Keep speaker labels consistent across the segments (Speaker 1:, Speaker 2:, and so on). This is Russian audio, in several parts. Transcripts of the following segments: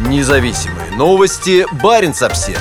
Speaker 1: Независимые новости. Баренц-Обсервис.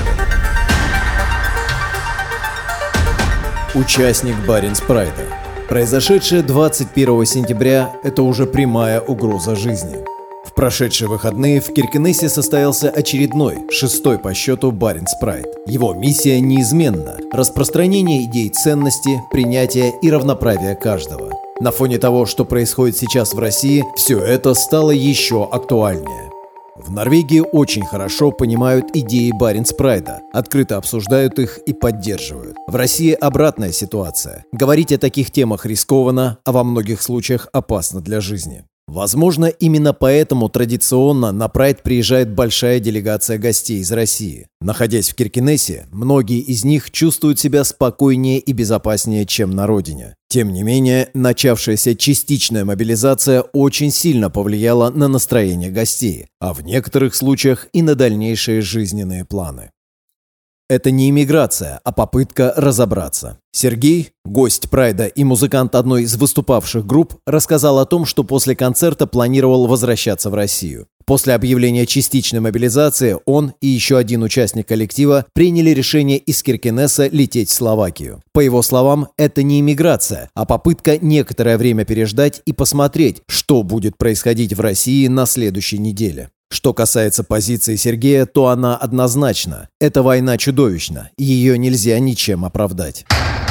Speaker 2: Участник Баренц-Прайда. Произошедшее 21 сентября – это уже прямая угроза жизни. В прошедшие выходные в Киркенесе состоялся очередной, 6-й по счету Баренц-Прайд. Его миссия неизменна – распространение идей ценности, принятия и равноправия каждого. На фоне того, что происходит сейчас в России, все это стало еще актуальнее. В Норвегии очень хорошо понимают идеи Баренц-Прайда, открыто обсуждают их и поддерживают. В России обратная ситуация. Говорить о таких темах рискованно, а во многих случаях опасно для жизни. Возможно, именно поэтому традиционно на Прайд приезжает большая делегация гостей из России. Находясь в Киркенесе, многие из них чувствуют себя спокойнее и безопаснее, чем на родине. Тем не менее, начавшаяся частичная мобилизация очень сильно повлияла на настроение гостей, а в некоторых случаях и на дальнейшие жизненные планы. Это не иммиграция, а попытка разобраться. Сергей, гость Прайда и музыкант одной из выступавших групп, рассказал о том, что после концерта планировал возвращаться в Россию. После объявления частичной мобилизации он и еще один участник коллектива приняли решение из Киркенеса лететь в Словакию. По его словам, это не иммиграция, а попытка некоторое время переждать и посмотреть, что будет происходить в России на следующей неделе. Что касается позиции Сергея, то она однозначна. Эта война чудовищна, и ее нельзя ничем оправдать.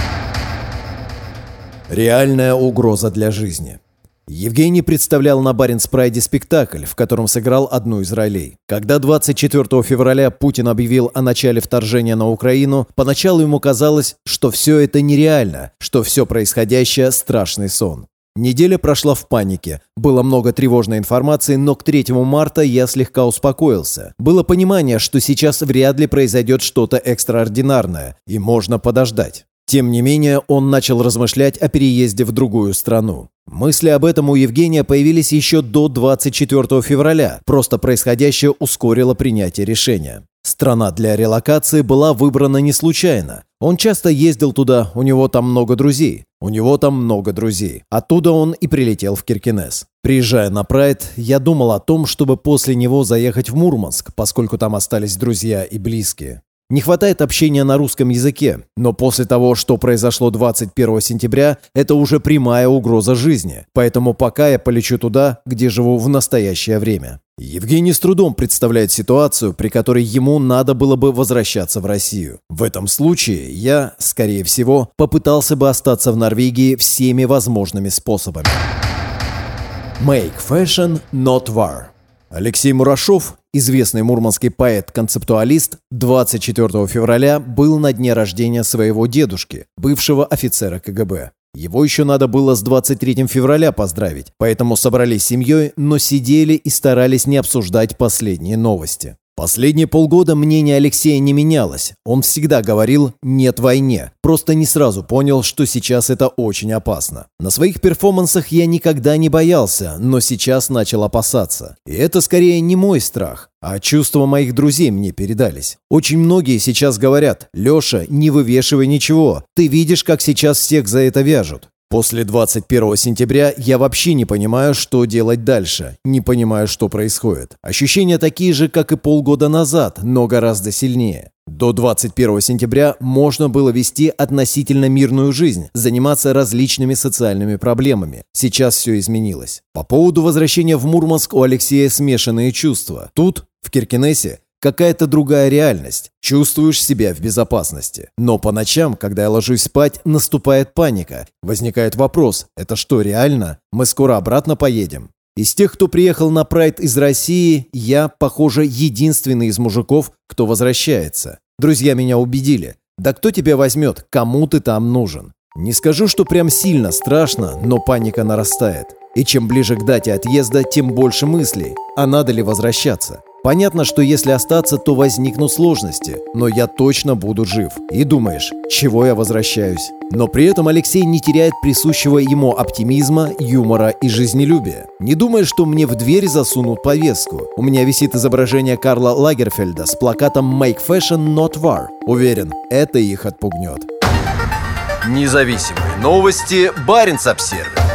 Speaker 2: Реальная угроза для жизни. Евгений представлял на Баренц-Прайде спектакль, в котором сыграл одну из ролей. Когда 24 февраля Путин объявил о начале вторжения на Украину, поначалу ему казалось, что все это нереально, что все происходящее – страшный сон. Неделя прошла в панике. Было много тревожной информации, но к 3 марта я слегка успокоился. Было понимание, что сейчас вряд ли произойдет что-то экстраординарное, и можно подождать. Тем не менее, он начал размышлять о переезде в другую страну. Мысли об этом у Евгения появились еще до 24 февраля, просто происходящее ускорило принятие решения. Страна для релокации была выбрана не случайно. Он часто ездил туда, у него там много друзей. Оттуда он и прилетел в Киркенес. Приезжая на Прайд, я думал о том, чтобы после него заехать в Мурманск, поскольку там остались друзья и близкие. Не хватает общения на русском языке, но после того, что произошло 21 сентября, это уже прямая угроза жизни. Поэтому пока я полечу туда, где живу в настоящее время. Евгений с трудом представляет ситуацию, при которой ему надо было бы возвращаться в Россию. В этом случае я, скорее всего, попытался бы остаться в Норвегии всеми возможными способами. Make fashion not war. Алексей Мурашов, известный мурманский поэт-концептуалист, 24 февраля был на дне рождения своего дедушки, бывшего офицера КГБ. Его еще надо было с 23 февраля поздравить, поэтому собрались с семьей, но сидели и старались не обсуждать последние новости. Последние полгода мнение Алексея не менялось. Он всегда говорил «нет войне». Просто не сразу понял, что сейчас это очень опасно. На своих перформансах я никогда не боялся, но сейчас начал опасаться. И это скорее не мой страх, а чувства моих друзей мне передались. Очень многие сейчас говорят: «Леша, не вывешивай ничего. Ты видишь, как сейчас всех за это вяжут». После 21 сентября я вообще не понимаю, что делать дальше, не понимаю, что происходит. Ощущения такие же, как и полгода назад, но гораздо сильнее. До 21 сентября можно было вести относительно мирную жизнь, заниматься различными социальными проблемами. Сейчас все изменилось. По поводу возвращения в Мурманск у Алексея смешанные чувства. Тут, в Киркенесе, какая-то другая реальность. Чувствуешь себя в безопасности. Но по ночам, когда я ложусь спать, наступает паника. Возникает вопрос: это что, реально? Мы скоро обратно поедем? Из тех, кто приехал на Прайд из России, я, похоже, единственный из мужиков, кто возвращается. Друзья меня убедили. Да кто тебя возьмет? Кому ты там нужен? Не скажу, что прям сильно страшно, но паника нарастает. И чем ближе к дате отъезда, тем больше мыслей. А надо ли возвращаться? Понятно, что если остаться, то возникнут сложности, но я точно буду жив. И думаешь, чего я возвращаюсь? Но при этом Алексей не теряет присущего ему оптимизма, юмора и жизнелюбия. Не думай, что мне в дверь засунут повестку. У меня висит изображение Карла Лагерфельда с плакатом «Make fashion not war». Уверен, это их отпугнет.
Speaker 1: Независимые новости. Баренц-Обсервис.